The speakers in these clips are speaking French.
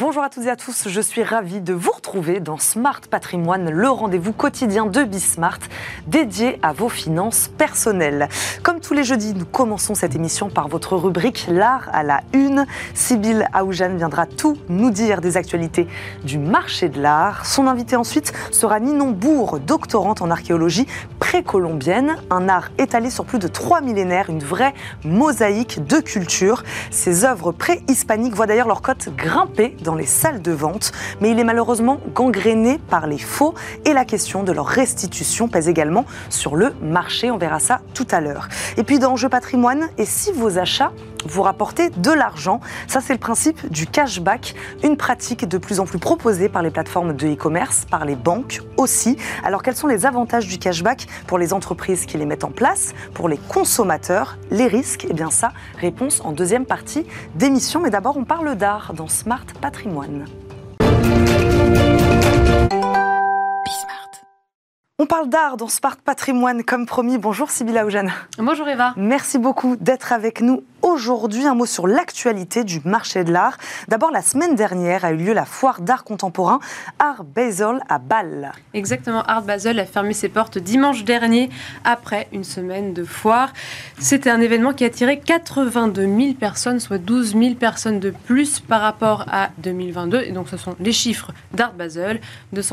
Bonjour à toutes et à tous, je suis ravie de vous retrouver dans Smart Patrimoine, le rendez-vous quotidien de Bismart dédié à vos finances personnelles. Comme tous les jeudis, nous commençons cette émission par votre rubrique L'art à la une. Sybille Aoujane viendra tout nous dire des actualités du marché de l'art. Son invité ensuite sera Ninon Bourg, doctorante en archéologie précolombienne, un art étalé sur plus de 3 millénaires, une vraie mosaïque de culture. Ses œuvres préhispaniques voient d'ailleurs leur cote grimper dans les salles de vente, mais il est malheureusement gangréné par les faux et la question de leur restitution pèse également sur le marché. On verra ça tout à l'heure. Et puis dans Jeux Patrimoine, et si vos achats vous rapportez de l'argent, ça c'est le principe du cashback, une pratique de plus en plus proposée par les plateformes de e-commerce, par les banques aussi. Alors quels sont les avantages du cashback pour les entreprises qui les mettent en place, pour les consommateurs, les risques? Eh bien ça, réponse en deuxième partie d'émission. Mais d'abord on parle d'art dans Smart Patrimoine. On parle d'art dans Smart Patrimoine, comme promis. Bonjour Sybille Aoujane. Bonjour Eva. Merci beaucoup d'être avec nous aujourd'hui. Un mot sur l'actualité du marché de l'art. D'abord, la semaine dernière a eu lieu la foire d'art contemporain Art Basel à Bâle. Exactement, Art Basel a fermé ses portes dimanche dernier après une semaine de foire. C'était un événement qui a attiré 82 000 personnes, soit 12 000 personnes de plus par rapport à 2022. Et donc ce sont les chiffres d'Art Basel,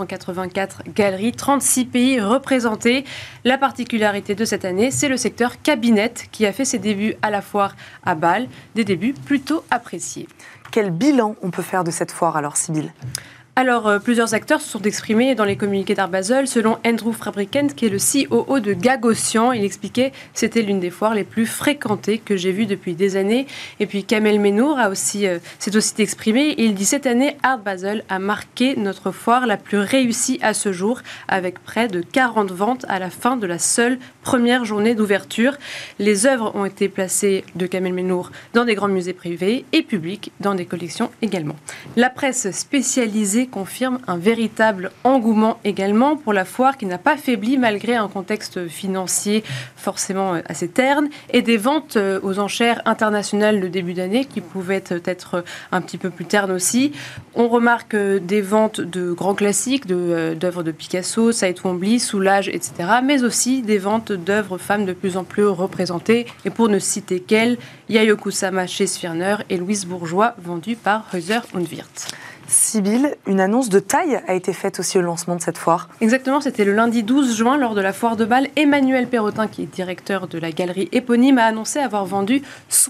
284 galeries, 36 pays représentés. La particularité de cette année, c'est le secteur cabinette qui a fait ses débuts à la foire à Bâle, des débuts plutôt appréciés. Quel bilan on peut faire de cette foire alors, Sybille ? Alors, plusieurs acteurs se sont exprimés dans les communiqués d'Art Basel. Selon Andrew Fabricant, qui est le COO de Gagosian, il expliquait que c'était l'une des foires les plus fréquentées que j'ai vues depuis des années. Et puis Kamel Menour s'est aussi exprimé. Il dit: cette année, Art Basel a marqué notre foire la plus réussie à ce jour, avec près de 40 ventes à la fin de la seule première journée d'ouverture. Les œuvres ont été placées de Kamel Menour dans des grands musées privés et publics, dans des collections également. La presse spécialisée confirme un véritable engouement également pour la foire qui n'a pas faibli malgré un contexte financier forcément assez terne et des ventes aux enchères internationales de début d'année qui pouvaient être un petit peu plus ternes aussi. On remarque des ventes de grands classiques, d'œuvres de Picasso, Saïd Wombly, Soulage, etc. mais aussi des ventes d'œuvres femmes de plus en plus représentées. Et pour ne citer qu'elles, Yayoi Kusama chez Sphirner et Louise Bourgeois vendue par Heuser und Wirth. Sybille, une annonce de taille a été faite aussi au lancement de cette foire. Exactement, c'était le lundi 12 juin lors de la foire de Bâle. Emmanuel Perrotin, qui est directeur de la galerie éponyme, a annoncé avoir vendu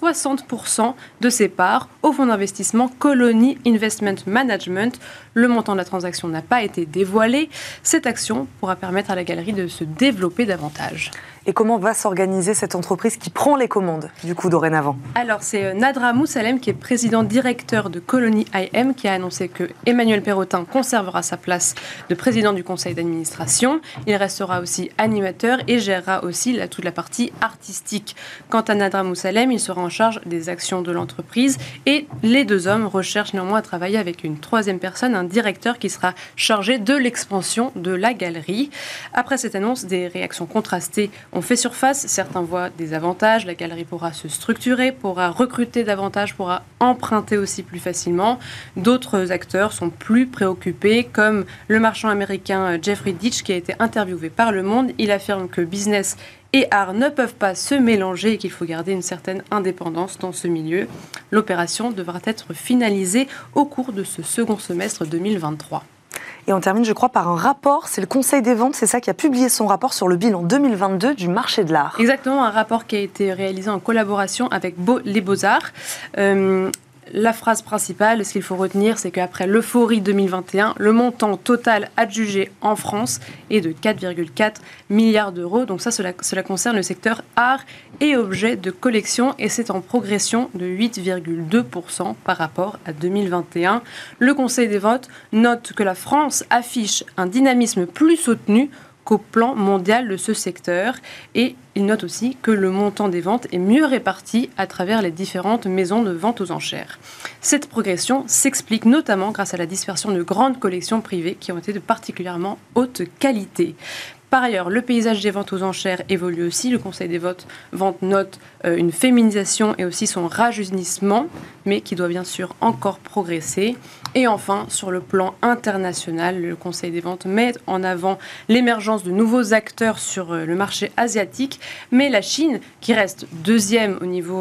60% de ses parts au fonds d'investissement Colony Investment Management. Le montant de la transaction n'a pas été dévoilé. Cette action pourra permettre à la galerie de se développer davantage. Et comment va s'organiser cette entreprise qui prend les commandes, du coup, dorénavant ? Alors, c'est Nadra Moussalem, qui est président-directeur de Colony IM, qui a annoncé que Emmanuel Perrotin conservera sa place de président du conseil d'administration. Il restera aussi animateur et gérera aussi toute la partie artistique. Quant à Nadra Moussalem, il sera en charge des actions de l'entreprise et les deux hommes recherchent néanmoins à travailler avec une troisième personne, un directeur qui sera chargé de l'expansion de la galerie. Après cette annonce, des réactions contrastées ont fait surface. Certains voient des avantages. La galerie pourra se structurer, pourra recruter davantage, pourra emprunter aussi plus facilement. D'autres acteurs sont plus préoccupés, comme le marchand américain Jeffrey Ditch, qui a été interviewé par Le Monde. Il affirme que business et art ne peuvent pas se mélanger et qu'il faut garder une certaine indépendance dans ce milieu. L'opération devra être finalisée au cours de ce second semestre 2023. Et on termine, je crois, par un rapport. C'est le Conseil des ventes, c'est ça, qui a publié son rapport sur le bilan 2022 du marché de l'art. Exactement, un rapport qui a été réalisé en collaboration avec les Beaux-Arts. La phrase principale, ce qu'il faut retenir, c'est qu'après l'euphorie 2021, le montant total adjugé en France est de 4,4 milliards d'euros. Donc ça, cela concerne le secteur art et objets de collection et c'est en progression de 8,2% par rapport à 2021. Le Conseil des ventes note que la France affiche un dynamisme plus soutenu qu'au plan mondial de ce secteur. Et il note aussi que le montant des ventes est mieux réparti à travers les différentes maisons de vente aux enchères. Cette progression s'explique notamment grâce à la dispersion de grandes collections privées qui ont été de particulièrement haute qualité. Par ailleurs, le paysage des ventes aux enchères évolue aussi. Le Conseil des ventes note une féminisation et aussi son rajeunissement, mais qui doit bien sûr encore progresser. Et enfin, sur le plan international, le Conseil des ventes met en avant l'émergence de nouveaux acteurs sur le marché asiatique, mais la Chine, qui reste deuxième au niveau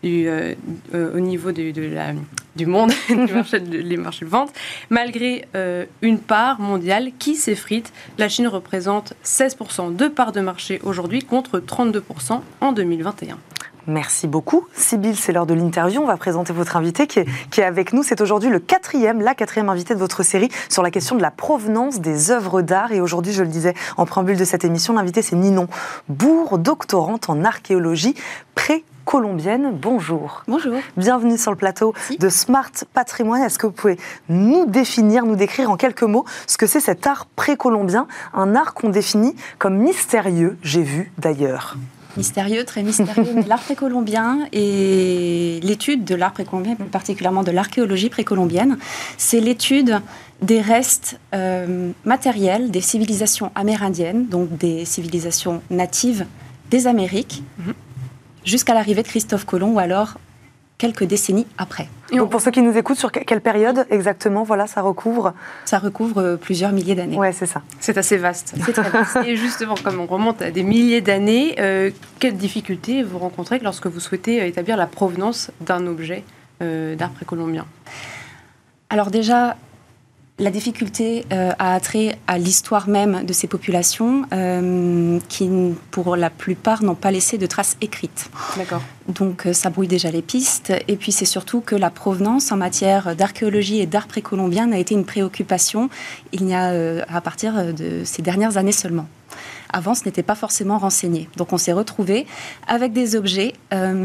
du monde, les marchés de vente, malgré une part mondiale qui s'effrite. La Chine représente 16% de part de marché aujourd'hui contre 32% en 2021. Merci beaucoup. Sybille, c'est l'heure de l'interview. On va présenter votre invité qui est avec nous. C'est aujourd'hui la quatrième invitée de votre série sur la question de la provenance des œuvres d'art. Et aujourd'hui, je le disais en préambule de cette émission, l'invité c'est Ninon Bourg, doctorante en archéologie précolombienne. Bonjour. Bonjour. Bienvenue sur le plateau de Smart Patrimoine. Est-ce que vous pouvez nous décrire en quelques mots ce que c'est cet art précolombien, un art qu'on définit comme mystérieux, j'ai vu d'ailleurs. Mystérieux, très mystérieux, mais l'art précolombien et l'étude de l'art précolombien, plus particulièrement de l'archéologie précolombienne, c'est l'étude des restes matériels des civilisations amérindiennes, donc des civilisations natives des Amériques, jusqu'à l'arrivée de Christophe Colomb, ou alors quelques décennies après. Donc pour ceux qui nous écoutent, sur quelle période exactement ça recouvre ? Ça recouvre plusieurs milliers d'années. Ouais, c'est ça. C'est assez vaste. C'est très vaste. Et justement, comme on remonte à des milliers d'années, quelles difficultés vous rencontrez lorsque vous souhaitez établir la provenance d'un objet d'art précolombien ? Alors déjà, la difficulté a trait à l'histoire même de ces populations qui, pour la plupart, n'ont pas laissé de traces écrites. D'accord. Donc ça brouille déjà les pistes. Et puis c'est surtout que la provenance en matière d'archéologie et d'art précolombien a été une préoccupation à partir de ces dernières années seulement. Avant, ce n'était pas forcément renseigné. Donc on s'est retrouvé avec des objets.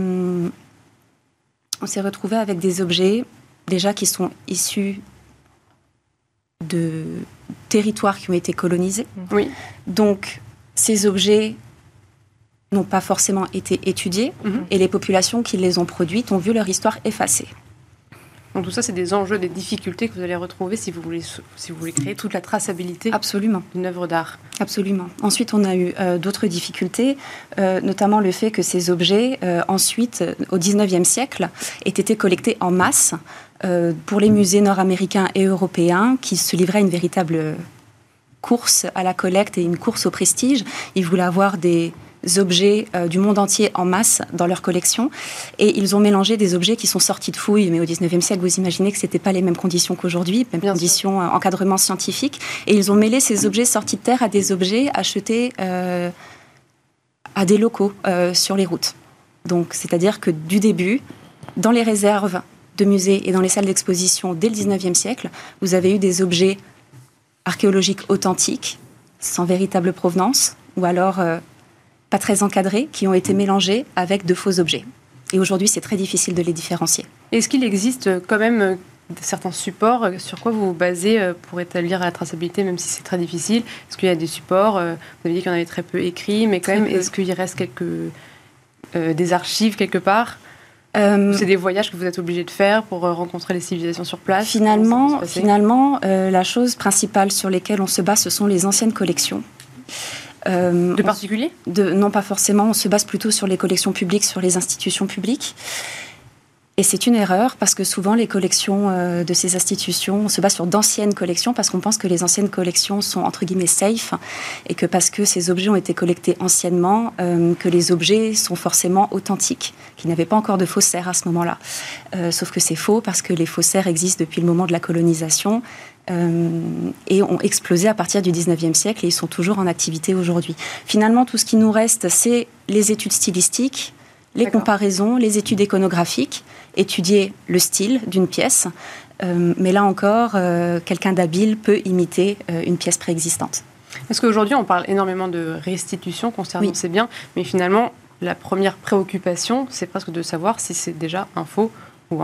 Déjà qui sont issus de territoires qui ont été colonisés. Oui. Donc, ces objets n'ont pas forcément été étudiés et les populations qui les ont produites ont vu leur histoire effacée. Donc tout ça, c'est des enjeux, des difficultés que vous allez retrouver si vous voulez créer toute la traçabilité d'une œuvre d'art. Absolument. Ensuite, on a eu d'autres difficultés, notamment le fait que ces objets, ensuite, au XIXe siècle, aient été collectés en masse pour les musées nord-américains et européens qui se livraient à une véritable course à la collecte et une course au prestige. Ils voulaient avoir des objets du monde entier en masse dans leur collection et ils ont mélangé des objets qui sont sortis de fouilles, mais au 19e siècle, vous imaginez que ce n'étaient pas les mêmes conditions qu'aujourd'hui, mêmes conditions, encadrement scientifique, et ils ont mêlé ces objets sortis de terre à des objets achetés à des locaux sur les routes. Donc, c'est-à-dire que du début, dans les réserves de musées et dans les salles d'exposition dès le 19e siècle, vous avez eu des objets archéologiques authentiques, sans véritable provenance, ou alors pas très encadrés, qui ont été mélangés avec de faux objets. Et aujourd'hui, c'est très difficile de les différencier. Est-ce qu'il existe quand même certains supports sur quoi vous vous basez pour établir la traçabilité, même si c'est très difficile ? Est-ce qu'il y a des supports vous avez dit qu'il y en avait très peu écrits, mais quand même, est-ce qu'il reste des archives quelque part ? C'est des voyages que vous êtes obligé de faire pour rencontrer les civilisations sur place ? Finalement, la chose principale sur laquelle on se base, ce sont les anciennes collections. De particuliers ? Non, pas forcément. On se base plutôt sur les collections publiques, sur les institutions publiques. Et c'est une erreur parce que souvent les collections de ces institutions, on se base sur d'anciennes collections parce qu'on pense que les anciennes collections sont entre guillemets safe et que parce que ces objets ont été collectés anciennement, que les objets sont forcément authentiques, qu'il n'y avait pas encore de faussaires à ce moment-là. Sauf que c'est faux parce que les faussaires existent depuis le moment de la colonisation et ont explosé à partir du 19e siècle et ils sont toujours en activité aujourd'hui. Finalement, tout ce qui nous reste, c'est les études stylistiques, les comparaisons, les études iconographiques, étudier le style d'une pièce. Mais là encore, quelqu'un d'habile peut imiter une pièce préexistante. Parce qu'aujourd'hui, on parle énormément de restitution concernant ces biens, mais finalement, la première préoccupation, c'est presque de savoir si c'est déjà un faux ou un vrai.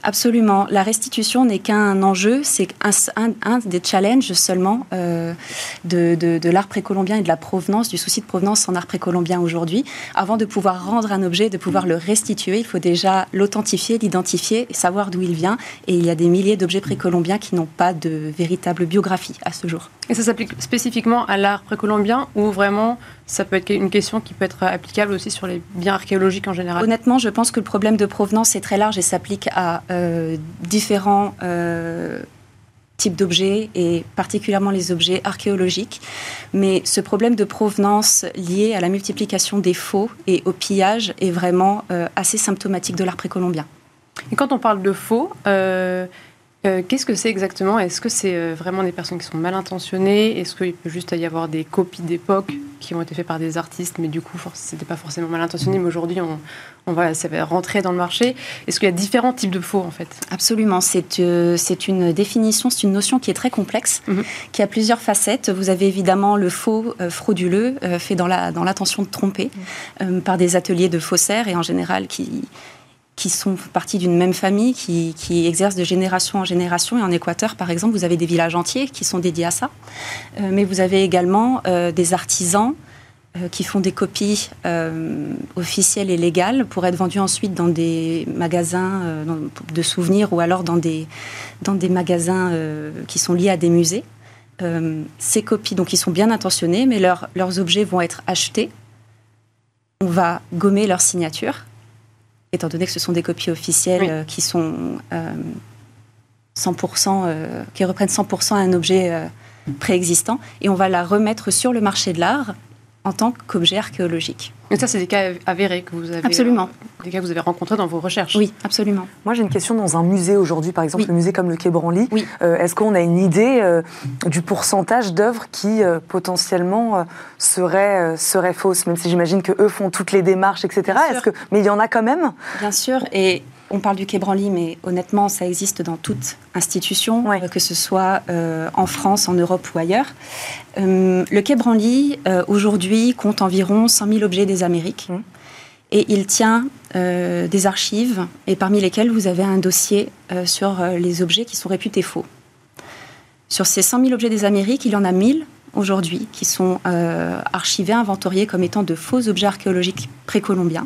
Absolument. La restitution n'est qu'un enjeu, c'est un des challenges seulement de l'art précolombien et de la provenance, du souci de provenance en art précolombien aujourd'hui. Avant de pouvoir rendre un objet, de pouvoir le restituer, il faut déjà l'authentifier, l'identifier, savoir d'où il vient. Et il y a des milliers d'objets précolombiens qui n'ont pas de véritable biographie à ce jour. Et ça s'applique spécifiquement à l'art précolombien ou vraiment ça peut être une question qui peut être applicable aussi sur les biens archéologiques en général? Honnêtement, je pense que le problème de provenance est très large et s'applique à différents types d'objets et particulièrement les objets archéologiques. Mais ce problème de provenance lié à la multiplication des faux et au pillage est vraiment assez symptomatique de l'art précolombien. Et quand on parle de faux, qu'est-ce que c'est exactement? Est-ce que c'est vraiment des personnes qui sont mal intentionnées? Est-ce qu'il peut juste y avoir des copies d'époque qui ont été faites par des artistes, mais du coup, c'était pas forcément mal intentionné, mais aujourd'hui, ça va rentrer dans le marché. Est-ce qu'il y a différents types de faux, en fait? Absolument. C'est une définition, c'est une notion qui est très complexe, qui a plusieurs facettes. Vous avez évidemment le faux frauduleux, fait dans l'intention de tromper, par des ateliers de faussaires, et en général, qui sont partis d'une même famille, qui exercent de génération en génération. Et en Équateur, par exemple, vous avez des villages entiers qui sont dédiés à ça. Mais vous avez également des artisans qui font des copies officielles et légales pour être vendues ensuite dans des magasins de souvenirs ou alors dans des magasins qui sont liés à des musées. Ces copies, donc, ils sont bien intentionnés, mais leurs objets vont être achetés. On va gommer leur signature, étant donné que ce sont des copies officielles qui sont 100%, qui reprennent 100% un objet préexistant, et on va la remettre sur le marché de l'art en tant qu'objet archéologique. Et ça, c'est des cas avérés que vous avez... Absolument. Des cas que vous avez rencontrés dans vos recherches? Oui, absolument. Moi, j'ai une question dans un musée aujourd'hui, par exemple, le musée comme le Quai Branly. Oui. Est-ce qu'on a une idée du pourcentage d'œuvres qui, potentiellement, seraient fausses, même si j'imagine qu'eux font toutes les démarches, etc. Mais il y en a quand même? Bien sûr, et on parle du Quai Branly, mais honnêtement, ça existe dans toute institution, que ce soit en France, en Europe ou ailleurs. Le Quai Branly, aujourd'hui, compte environ 100 000 objets des Amériques. Et il tient des archives, et parmi lesquelles vous avez un dossier sur les objets qui sont réputés faux. Sur ces 100 000 objets des Amériques, il y en a 1000 aujourd'hui qui sont archivés, inventoriés comme étant de faux objets archéologiques précolombiens.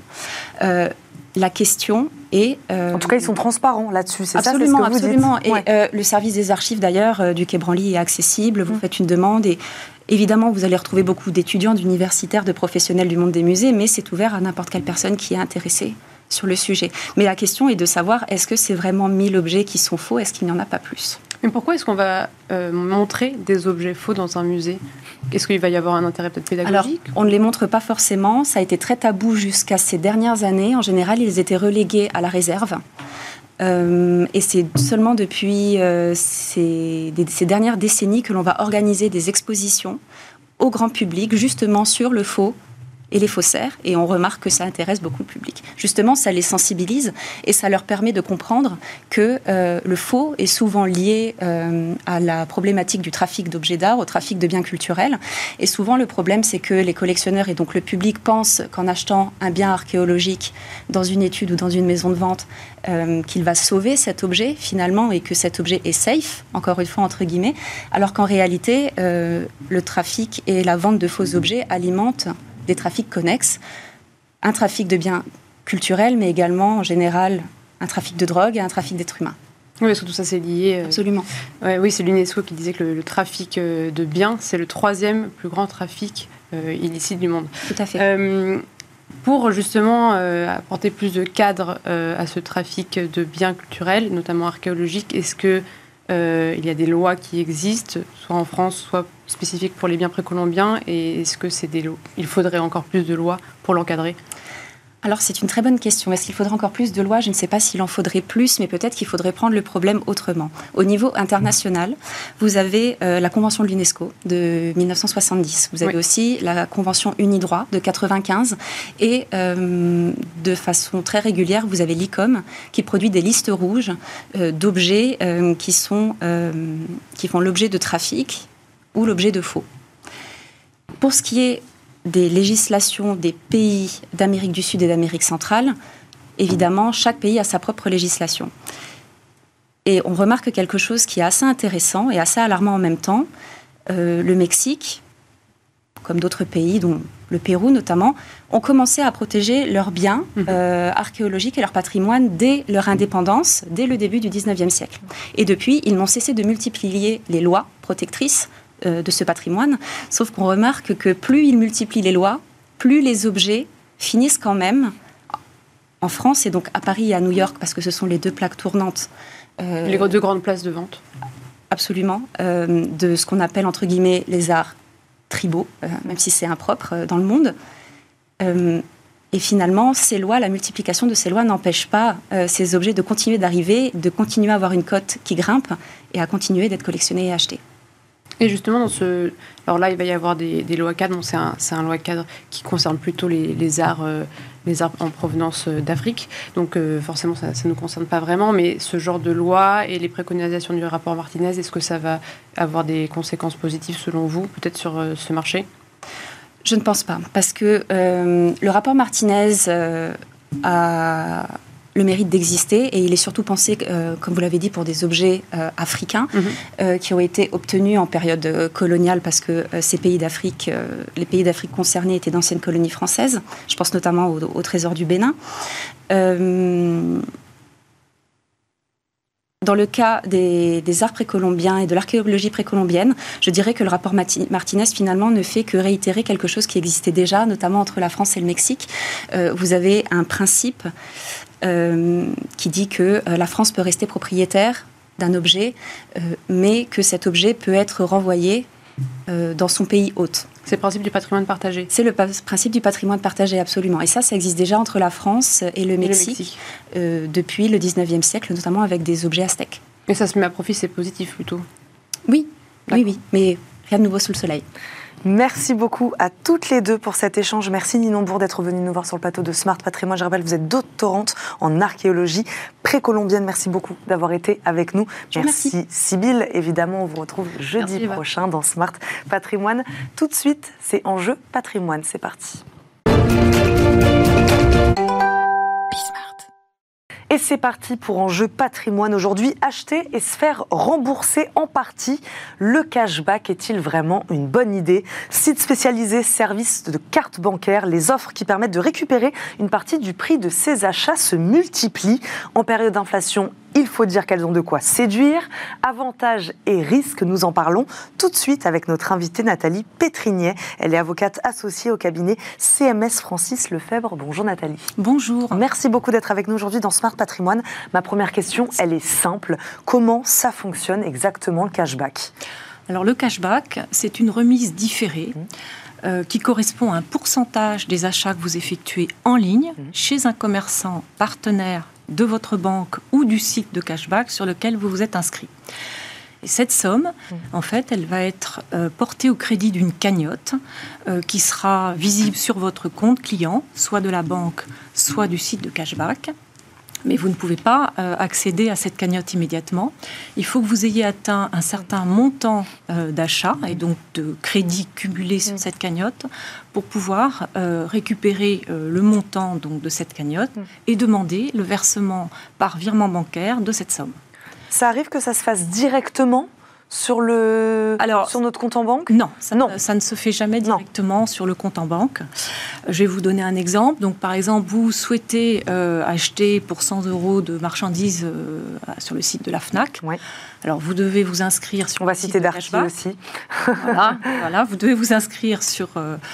La question est... En tout cas, ils sont transparents là-dessus, c'est absolument, ça, c'est ce que vous absolument. dites. Et le service des archives, d'ailleurs, du Quai Branly est accessible. Vous faites une demande et évidemment, vous allez retrouver beaucoup d'étudiants, d'universitaires, de professionnels du monde des musées, mais c'est ouvert à n'importe quelle personne qui est intéressée sur le sujet. Mais la question est de savoir, est-ce que c'est vraiment 1000 objets qui sont faux? Est-ce qu'il n'y en a pas plus? Mais pourquoi est-ce qu'on va montrer des objets faux dans un musée? Est-ce qu'il va y avoir un intérêt peut-être pédagogique? Alors, on ne les montre pas forcément. Ça a été très tabou jusqu'à ces dernières années. En général, ils étaient relégués à la réserve. Et c'est seulement depuis ces dernières décennies que l'on va organiser des expositions au grand public, justement sur le faux et les faussaires, et on remarque que ça intéresse beaucoup le public. Justement, ça les sensibilise et ça leur permet de comprendre que le faux est souvent lié à la problématique du trafic d'objets d'art, au trafic de biens culturels. Et souvent, le problème, c'est que les collectionneurs et donc le public pensent qu'en achetant un bien archéologique dans une étude ou dans une maison de vente, qu'il va sauver cet objet, finalement, et que cet objet est safe, encore une fois, entre guillemets, alors qu'en réalité, le trafic et la vente de faux objets alimentent des trafics connexes, un trafic de biens culturels, mais également, en général, un trafic de drogue et un trafic d'êtres humains. Oui, surtout ça, c'est lié... Absolument. Oui, c'est l'UNESCO qui disait que le trafic de biens, c'est le 3e plus grand trafic illicite du monde. Tout à fait. Pour justement apporter plus de cadre à ce trafic de biens culturels, notamment archéologiques, est-ce que il y a des lois qui existent, soit en France, soit spécifiques pour les biens précolombiens, et est-ce que c'est des lois? Il faudrait encore plus de lois pour l'encadrer? Alors, c'est une très bonne question. Est-ce qu'il faudrait encore plus de lois? Je ne sais pas s'il en faudrait plus, mais peut-être qu'il faudrait prendre le problème autrement. Au niveau international, vous avez la Convention de l'UNESCO de 1970. Vous avez aussi la Convention Unidroit de 95. Et de façon très régulière, vous avez l'ICOM qui produit des listes rouges d'objets qui font l'objet de trafic ou l'objet de faux. Pour ce qui est des législations des pays d'Amérique du Sud et d'Amérique centrale, évidemment, chaque pays a sa propre législation. Et on remarque quelque chose qui est assez intéressant et assez alarmant en même temps. Le Mexique, comme d'autres pays, dont le Pérou notamment, ont commencé à protéger leurs biens archéologiques et leur patrimoine dès leur indépendance, dès le début du 19e siècle. Et depuis, ils n'ont cessé de multiplier les lois protectrices de ce patrimoine, sauf qu'on remarque que plus ils multiplient les lois, plus les objets finissent quand même en France et donc à Paris et à New York, parce que ce sont les deux plaques tournantes. Les deux grandes places de vente. Absolument, de ce qu'on appelle entre guillemets les arts tribaux, même si c'est impropre dans le monde. Et finalement, ces lois, la multiplication de ces lois n'empêche pas ces objets de continuer d'arriver, de continuer à avoir une cote qui grimpe et à continuer d'être collectionnés et achetés. Et justement, alors là, il va y avoir des lois cadres. Bon, c'est un loi cadre qui concerne plutôt les arts en provenance d'Afrique. Donc forcément, ça ne nous concerne pas vraiment. Mais ce genre de loi et les préconisations du rapport Martinez, est-ce que ça va avoir des conséquences positives selon vous, peut-être sur ce marché ? Je ne pense pas, parce que le rapport Martinez a le mérite d'exister et il est surtout pensé, comme vous l'avez dit, pour des objets africains qui ont été obtenus en période coloniale parce que ces pays d'Afrique, les pays d'Afrique concernés étaient d'anciennes colonies françaises. Je pense notamment au trésor du Bénin. Dans le cas des arts précolombiens et de l'archéologie précolombienne, je dirais que le rapport Martinez, finalement, ne fait que réitérer quelque chose qui existait déjà, notamment entre la France et le Mexique. Vous avez un principe qui dit que la France peut rester propriétaire d'un objet, mais que cet objet peut être renvoyé dans son pays hôte. C'est le principe du patrimoine partagé. C'est le principe du patrimoine partagé, absolument. Et ça existe déjà entre la France et le Mexique, depuis le 19e siècle, notamment avec des objets aztèques. Et ça se met à profit, c'est positif plutôt. Oui, oui, mais rien de nouveau sous le soleil. Merci beaucoup à toutes les deux pour cet échange. Merci Ninon Bourg d'être venue nous voir sur le plateau de Smart Patrimoine. Je rappelle, vous êtes doctorante en archéologie précolombienne. Merci beaucoup d'avoir été avec nous. Merci Sybille. Évidemment, on vous retrouve jeudi prochain dans Smart Patrimoine. Tout de suite, c'est Enjeu Patrimoine. C'est parti. Et c'est parti pour Enjeu Patrimoine. Aujourd'hui, acheter et se faire rembourser en partie. Le cashback est-il vraiment une bonne idée ? Site spécialisé, services de carte bancaire, les offres qui permettent de récupérer une partie du prix de ses achats se multiplient. En période d'inflation, il faut dire qu'elles ont de quoi séduire. Avantages et risques, nous en parlons tout de suite avec notre invitée Nathalie Pétrignet. Elle est avocate associée au cabinet CMS Francis Lefebvre. Bonjour Nathalie. Bonjour. Merci beaucoup d'être avec nous aujourd'hui dans Smart Patrimoine. Ma première question, elle est simple. Comment ça fonctionne exactement le cashback ? Alors le cashback, c'est une remise différée qui correspond à un pourcentage des achats que vous effectuez en ligne chez un commerçant partenaire de votre banque ou du site de cashback sur lequel vous vous êtes inscrit. Et cette somme, en fait, elle va être portée au crédit d'une cagnotte qui sera visible sur votre compte client, soit de la banque, soit du site de cashback. Mais vous ne pouvez pas accéder à cette cagnotte immédiatement. Il faut que vous ayez atteint un certain montant d'achat et donc de crédit cumulé sur cette cagnotte pour pouvoir récupérer le montant donc, de cette cagnotte et demander le versement par virement bancaire de cette somme. Ça arrive que ça se fasse directement sur notre compte en banque ? Non, ça ne se fait jamais directement sur le compte en banque. Je vais vous donner un exemple. Donc, par exemple, vous souhaitez acheter pour 100 € de marchandises sur le site de la Fnac. Ouais. Alors, vous devez vous inscrire sur... On va citer Darty aussi. Voilà, vous devez vous inscrire sur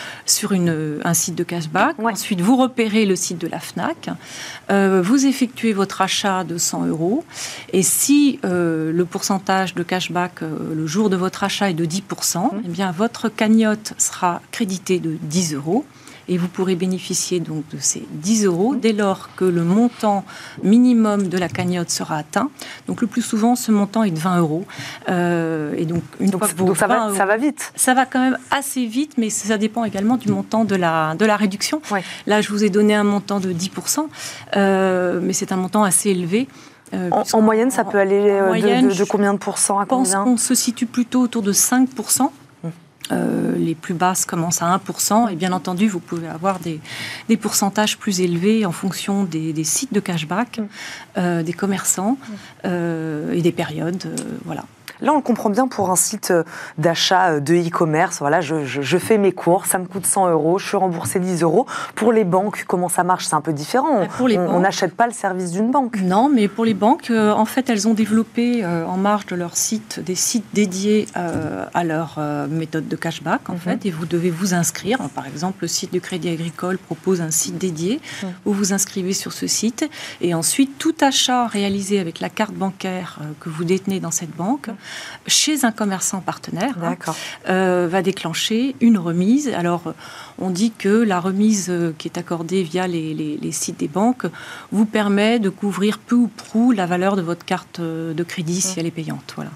un site de cashback. Ouais. Ensuite, vous repérez le site de la Fnac. Vous effectuez votre achat de 100 €. Et si le pourcentage de cashback le jour de votre achat est de 10%, eh bien, votre cagnotte sera créditée de 10 € et vous pourrez bénéficier donc de ces 10 € dès lors que le montant minimum de la cagnotte sera atteint. Donc le plus souvent, ce montant est de 20 €. Et donc, ça va vite. Ça va quand même assez vite, mais ça dépend également du montant de la réduction. Ouais. Là, je vous ai donné un montant de 10%, mais c'est un montant assez élevé. En moyenne, ça peut aller de combien de pourcents à combien ? Je pense qu'on se situe plutôt autour de 5%. Les plus basses commencent à 1%, et bien entendu, vous pouvez avoir des pourcentages plus élevés en fonction des sites de cashback, des commerçants et des périodes. Voilà. Là, on le comprend bien pour un site d'achat de e-commerce. Voilà, je fais mes courses, ça me coûte 100 €, je suis remboursé 10 €. Pour les banques, comment ça marche? C'est un peu différent. On n'achète pas le service d'une banque. Non, mais pour les banques, en fait, elles ont développé en marge de leur site des sites dédiés à leur méthode de cashback, en fait, et vous devez vous inscrire. Par exemple, le site du Crédit Agricole propose un site dédié où vous inscrivez sur ce site, et ensuite, tout achat réalisé avec la carte bancaire que vous détenez dans cette banque, chez un commerçant partenaire, va déclencher une remise. Alors, on dit que la remise qui est accordée via les sites des banques vous permet de couvrir peu ou prou la valeur de votre carte de crédit si elle est payante. Voilà.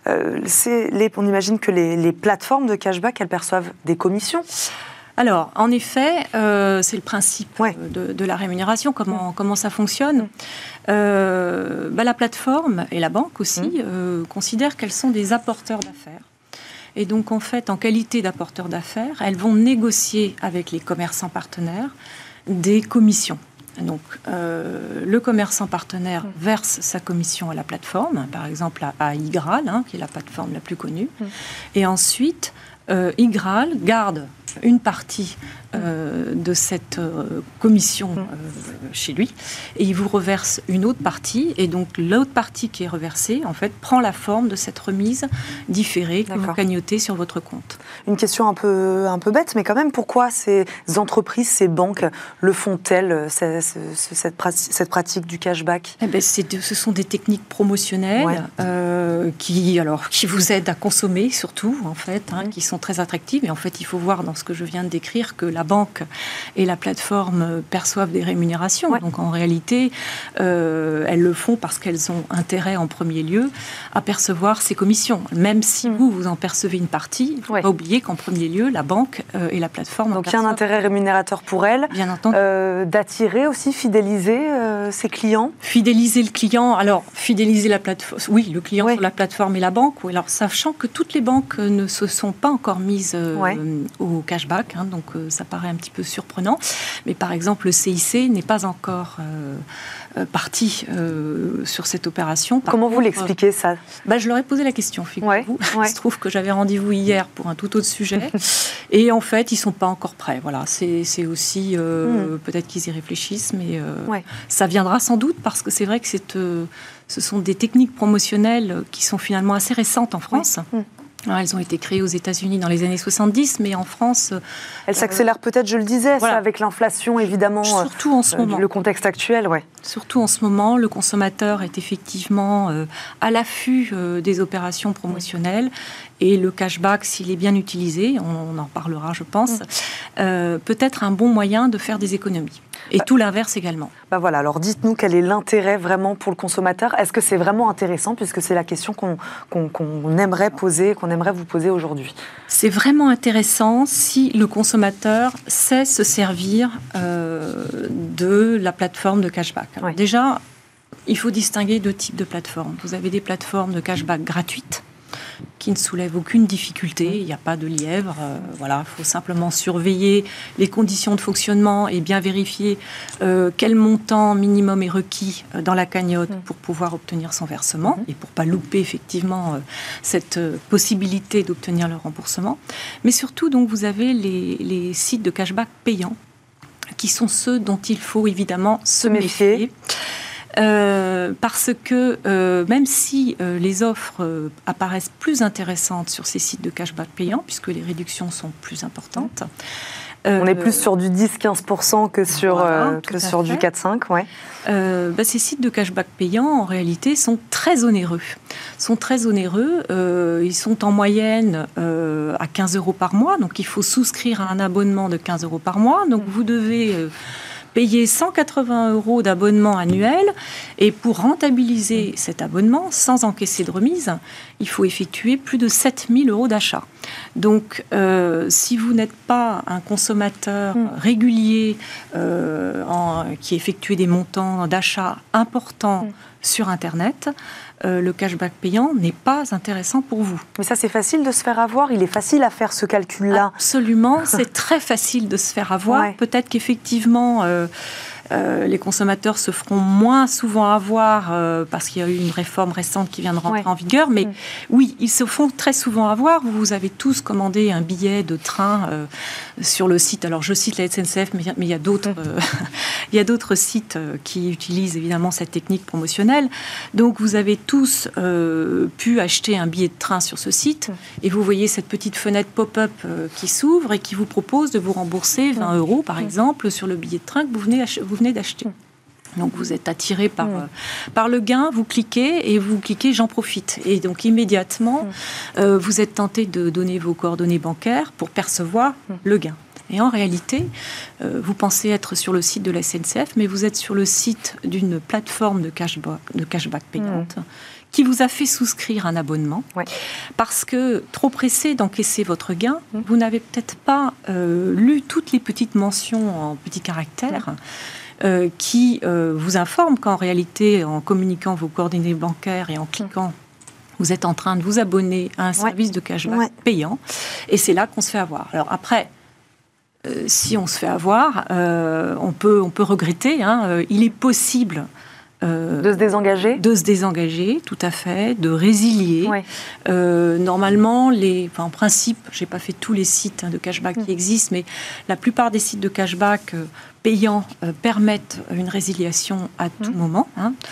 On imagine que les plateformes de cashback, elles perçoivent des commissions. Alors, en effet, c'est le principe de la rémunération, comment ça fonctionne. La plateforme et la banque aussi considèrent qu'elles sont des apporteurs d'affaires. Et donc, en fait, en qualité d'apporteurs d'affaires, elles vont négocier avec les commerçants partenaires des commissions. Donc, le commerçant partenaire verse sa commission à la plateforme, par exemple à iGraal, qui est la plateforme la plus connue. Et ensuite, iGraal garde une partie de cette commission chez lui, et il vous reverse une autre partie, et donc l'autre partie qui est reversée, en fait, prend la forme de cette remise différée que vous cagnotez sur votre compte. Une question un peu bête, mais quand même, pourquoi ces entreprises, ces banques le font-elles, cette pratique du cashback? Ce sont des techniques promotionnelles qui vous aident à consommer, surtout, en fait, qui sont très attractives. Et en fait, il faut voir dans ce que je viens de décrire que la banque et la plateforme perçoivent des rémunérations. Donc, en réalité, elles le font parce qu'elles ont intérêt, en premier lieu, à percevoir ces commissions. Même si vous en percevez une partie, il ne faut pas oublier qu'en premier lieu, la banque et la plateforme... Donc, il y a un intérêt rémunérateur pour elles. Bien entendu. D'attirer aussi, fidéliser ses clients. Fidéliser le client, alors fidéliser la plateforme, oui, le client sur la plateforme et la banque. Alors, sachant que toutes les banques ne se sont pas encore mises au cashback, donc ça paraît un petit peu surprenant. Mais par exemple, le CIC n'est pas encore parti sur cette opération. Comment vous l'expliquez, ça? Je leur ai posé la question, figurez-vous. Il se trouve que j'avais rendez-vous hier pour un tout autre sujet. Et en fait, ils ne sont pas encore prêts. Voilà, c'est aussi... peut-être qu'ils y réfléchissent, mais ça viendra sans doute, parce que c'est vrai que ce sont des techniques promotionnelles qui sont finalement assez récentes en France. Alors, elles ont été créées aux États-Unis dans les années 70, mais en France... Elles s'accélèrent peut-être, je le disais, ça, avec l'inflation, évidemment. Surtout en ce moment. Le contexte actuel, Surtout en ce moment, le consommateur est effectivement à l'affût des opérations promotionnelles. Et le cashback, s'il est bien utilisé, on en parlera, je pense, peut être un bon moyen de faire des économies. Et tout l'inverse également. Voilà, alors dites-nous quel est l'intérêt vraiment pour le consommateur. Est-ce que c'est vraiment intéressant, puisque c'est la question qu'on aimerait poser, qu'on aimerait vous poser aujourd'hui? C'est vraiment intéressant si le consommateur sait se servir de la plateforme de cashback. Alors déjà, il faut distinguer deux types de plateformes. Vous avez des plateformes de cashback gratuites, qui ne soulève aucune difficulté, il n'y a pas de lièvre, il faut simplement surveiller les conditions de fonctionnement et bien vérifier quel montant minimum est requis dans la cagnotte pour pouvoir obtenir son versement et pour ne pas louper effectivement cette possibilité d'obtenir le remboursement. Mais surtout, donc, vous avez les sites de cashback payants, qui sont ceux dont il faut évidemment se méfier. Parce que même si les offres apparaissent plus intéressantes sur ces sites de cashback payants, puisque les réductions sont plus importantes... on est plus sur du 10-15% que sur du 4-5, ces sites de cashback payants, en réalité, sont très onéreux. Ils sont en moyenne à 15 € par mois, donc il faut souscrire à un abonnement de 15 € par mois. Donc vous devez... payer 180 € d'abonnement annuel, et pour rentabiliser cet abonnement, sans encaisser de remise, il faut effectuer plus de 7 000 € d'achat. Donc, si vous n'êtes pas un consommateur régulier qui effectue des montants d'achat importants sur Internet, le cashback payant n'est pas intéressant pour vous. Mais ça, c'est facile de se faire avoir. Il est facile à faire ce calcul-là. Absolument, c'est très facile de se faire avoir. Ouais. Peut-être qu'effectivement, les consommateurs se feront moins souvent avoir parce qu'il y a eu une réforme récente qui vient de rentrer en vigueur. Mais oui, ils se font très souvent avoir. Vous avez tous commandé un billet de train sur le site. Alors, je cite la SNCF, mais il y a d'autres il y a d'autres sites qui utilisent évidemment cette technique promotionnelle. Donc, vous avez tous pu acheter un billet de train sur ce site et vous voyez cette petite fenêtre pop-up qui s'ouvre et qui vous propose de vous rembourser 20 € par exemple sur le billet de train que vous venez d'acheter. Donc vous êtes attiré par le gain, vous cliquez j'en profite. Et donc immédiatement, vous êtes tenté de donner vos coordonnées bancaires pour percevoir le gain. Et en réalité, vous pensez être sur le site de la SNCF, mais vous êtes sur le site d'une plateforme de cashback payante qui vous a fait souscrire un abonnement parce que trop pressé d'encaisser votre gain, vous n'avez peut-être pas lu toutes les petites mentions en petits caractères qui vous informent qu'en réalité, en communiquant vos coordonnées bancaires et en cliquant, vous êtes en train de vous abonner à un service de cashback payant. Et c'est là qu'on se fait avoir. Alors après, si on se fait avoir, on peut regretter. Il est possible de se désengager. De se désengager, tout à fait, de résilier. Normalement, en principe, je n'ai pas fait tous les sites de cashback qui existent, mais la plupart des sites de cashback payants permettent une résiliation à tout moment.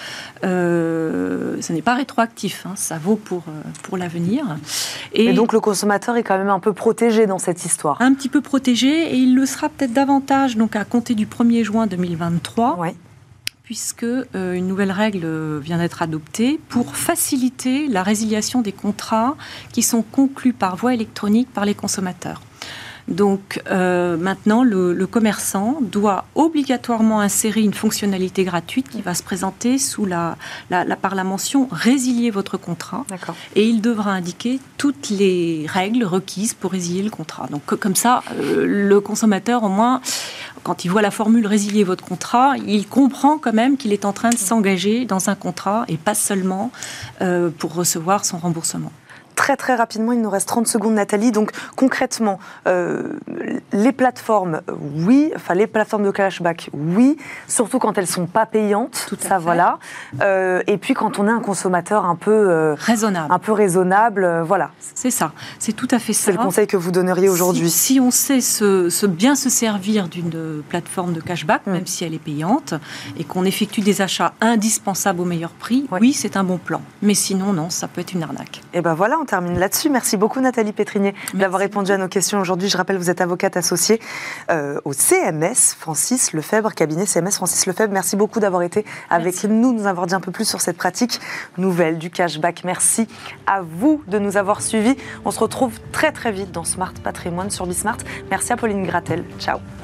Ce n'est pas rétroactif, ça vaut pour l'avenir. Et donc le consommateur est quand même un peu protégé dans cette histoire. Un petit peu protégé, et il le sera peut-être davantage donc à compter du 1er juin 2023. Puisque une nouvelle règle vient d'être adoptée pour faciliter la résiliation des contrats qui sont conclus par voie électronique par les consommateurs. Donc maintenant, le commerçant doit obligatoirement insérer une fonctionnalité gratuite qui va se présenter par la mention « Résilier votre contrat ». Et il devra indiquer toutes les règles requises pour résilier le contrat. Donc comme ça, le consommateur, au moins, quand il voit la formule « Résilier votre contrat », il comprend quand même qu'il est en train de s'engager dans un contrat et pas seulement pour recevoir son remboursement. Très très rapidement, il nous reste 30 secondes, Nathalie. Donc concrètement, les plateformes, les plateformes de cashback, surtout quand elles ne sont pas payantes, voilà. Et puis quand on est un consommateur un peu raisonnable, voilà. C'est ça, c'est tout à fait ça. C'est le conseil que vous donneriez aujourd'hui. Si on sait bien se servir d'une plateforme de cashback, même si elle est payante, et qu'on effectue des achats indispensables au meilleur prix, oui, c'est un bon plan. Mais sinon, non, ça peut être une arnaque. Et ben voilà, on termine là-dessus. Merci beaucoup Nathalie Pétrinier d'avoir répondu à nos questions aujourd'hui. Je rappelle, vous êtes avocate associée au CMS Francis Lefebvre, cabinet CMS Francis Lefebvre. Merci beaucoup d'avoir été avec nous avoir dit un peu plus sur cette pratique nouvelle du cashback. Merci à vous de nous avoir suivis. On se retrouve très très vite dans Smart Patrimoine sur Bismart. Merci à Pauline Gratel. Ciao.